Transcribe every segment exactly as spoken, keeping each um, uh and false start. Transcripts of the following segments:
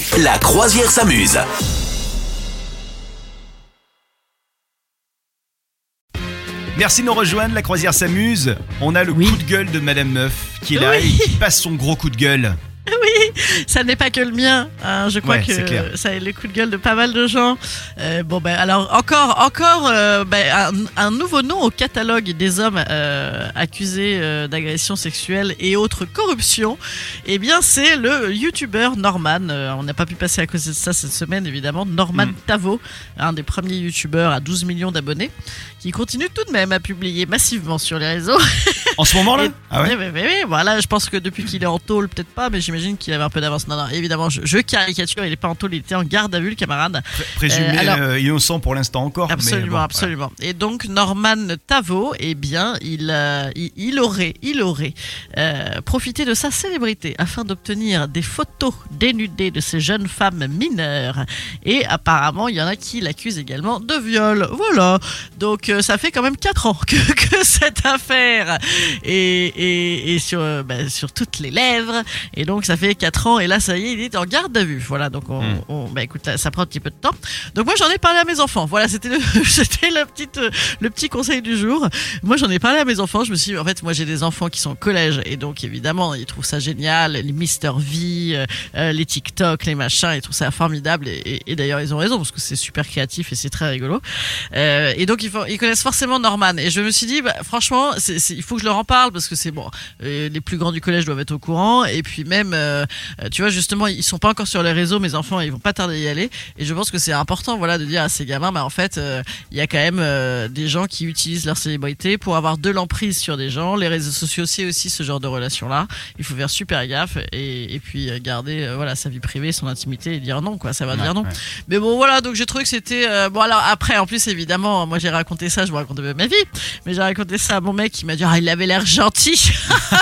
La croisière s'amuse. Merci de nous rejoindre, la croisière s'amuse. On a le Oui. coup de gueule de Madame Meuf qui est là Oui. et qui passe son gros coup de gueule. Oui, ça n'est pas que le mien. hein. Je crois Ouais, c'est clair. que ça est le coup de gueule de pas mal de gens. Euh, bon ben alors encore, encore euh, ben, un, un nouveau nom au catalogue des hommes euh, accusés euh, d'agression sexuelle et autres corruptions. Eh bien, c'est le YouTuber Norman. Euh, on n'a pas pu passer à cause de ça cette semaine, évidemment. Norman Mm. Tavo, un des premiers YouTubeurs à douze millions d'abonnés, qui continue tout de même à publier massivement sur les réseaux. En ce moment là Et- Ah ouais oui, oui, oui, oui, voilà, je pense que depuis qu'il est en tôle, peut-être pas, mais j'imagine qu'il avait un peu d'avance. Non, non, évidemment, je, je caricature, il est pas en tôle, il était en garde à vue, le camarade. Pré- Présumé Euh, alors- euh, innocent pour l'instant encore. Absolument, mais bon, absolument. Et donc Norman Tavo, eh bien, il, euh, il, il aurait, il aurait euh, profité de sa célébrité afin d'obtenir des photos dénudées de ces jeunes femmes mineures. Et apparemment, il y en a qui l'accusent également de viol. Voilà. Donc euh, ça fait quand même quatre ans que, que cette affaire est, est, est sur, euh, bah, sur toutes les lèvres. Et donc ça fait quatre ans. Et là, ça y est, il est en garde à vue. Voilà. Donc on, Mm. on- bah, écoute, ça prend un petit peu de temps. Donc moi, j'en ai parlé à mes enfants. Voilà, c'était le, c'était la petite, euh, le petit conseil du jour. Moi, j'en ai parlé à mes enfants. Je me suis dit, en fait, moi, j'ai des enfants qui sont au collège. Et donc, évidemment, ils trouvent ça génial. Les Mister V, euh, euh, les TikTok, les machins, ils trouvent ça formidable. Et, et, et d'ailleurs, ils ont raison parce que c'est super créatif et c'est très rigolo. Euh, et donc, ils, font- ils connaissent forcément Norman. Et je me suis dit, bah, franchement, c'est, c'est, il faut que je leur en parle parce que c'est bon. Euh, les plus grands du collège doivent être au courant. Et puis même, euh, tu vois, justement, ils sont pas encore sur les réseaux. Mes enfants, ils vont pas tarder à y aller. Et je pense que c'est important, voilà, de dire à ces gamins, bah en fait, euh, il y a quand même euh, des gens qui utilisent leur célébrité pour avoir de l'emprise sur des gens. Les réseaux sociaux, c'est aussi ce genre de relation-là. Il faut faire super gaffe et, et puis euh, garder, euh, voilà, sa vie privée, son intimité et dire non, quoi. Ça va Ouais, dire non. ouais. Mais bon, voilà, donc j'ai trouvé que c'était euh, bon. Alors après, en plus, évidemment, moi j'ai raconté ça, je vous raconte ma vie, mais j'ai raconté ça à mon mec qui m'a dit, ah, il avait l'air gentil.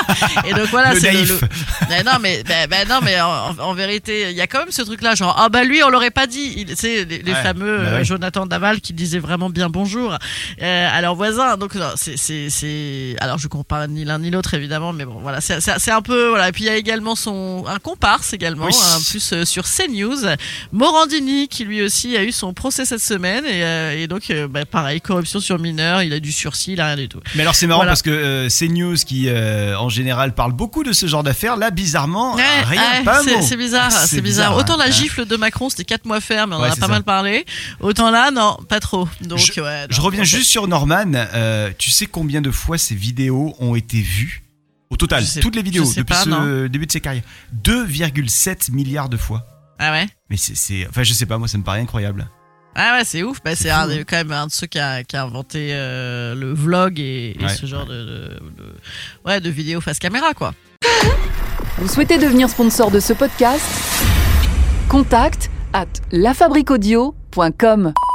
Et donc voilà, Le c'est le, naïf. le- Mais non, mais ben ben non, mais en, en vérité, il y a quand même ce truc-là, genre ah bah lui, on l'aurait pas dit. Il, tu sais, les, les Ouais, fameux bah euh, ouais. Jonathan Daval qui disait vraiment bien bonjour euh, à leurs voisins. Donc non, c'est c'est c'est. Alors je compare ni l'un ni l'autre évidemment, mais bon voilà, c'est c'est c'est un peu voilà. Et puis il y a également son un comparse également, Oui. un plus euh, sur CNews, Morandini qui lui aussi a eu son procès cette semaine et, euh, et donc euh, bah, pareil, corruption sur mineur, il a du sursis, il a rien du tout. Mais alors c'est marrant Voilà. parce que euh, CNews qui euh, en général parle beaucoup de ce genre d'affaires, là bizarrement Ouais, rien, ouais, pas un c'est, mot. c'est bizarre, Ah, c'est, bizarre. Autant hein. la Ouais. gifle de Macron, c'était quatre mois ferme, on Ouais, en a c'est pas ça. mal parlé. Autant là, non, pas trop. Donc, Je- ouais, non, Je reviens en fait, juste sur Norman. Euh, tu sais combien de fois ces vidéos ont été vues au total, Je sais- toutes les vidéos je sais depuis pas, ce non. début de ses carrières, deux virgule sept milliards de fois. Ah ouais. Mais c'est, c'est, enfin je sais pas, moi ça me paraît incroyable. Ah ouais, c'est ouf. Bah, c'est C'est un fou, des- hein. quand même un de ceux qui a, qui a inventé euh, le vlog et, et Ouais, ce genre de, de, de- ouais, de vidéos face caméra, quoi. Vous souhaitez devenir sponsor de ce podcast ? Contact à la fabrique audio point com.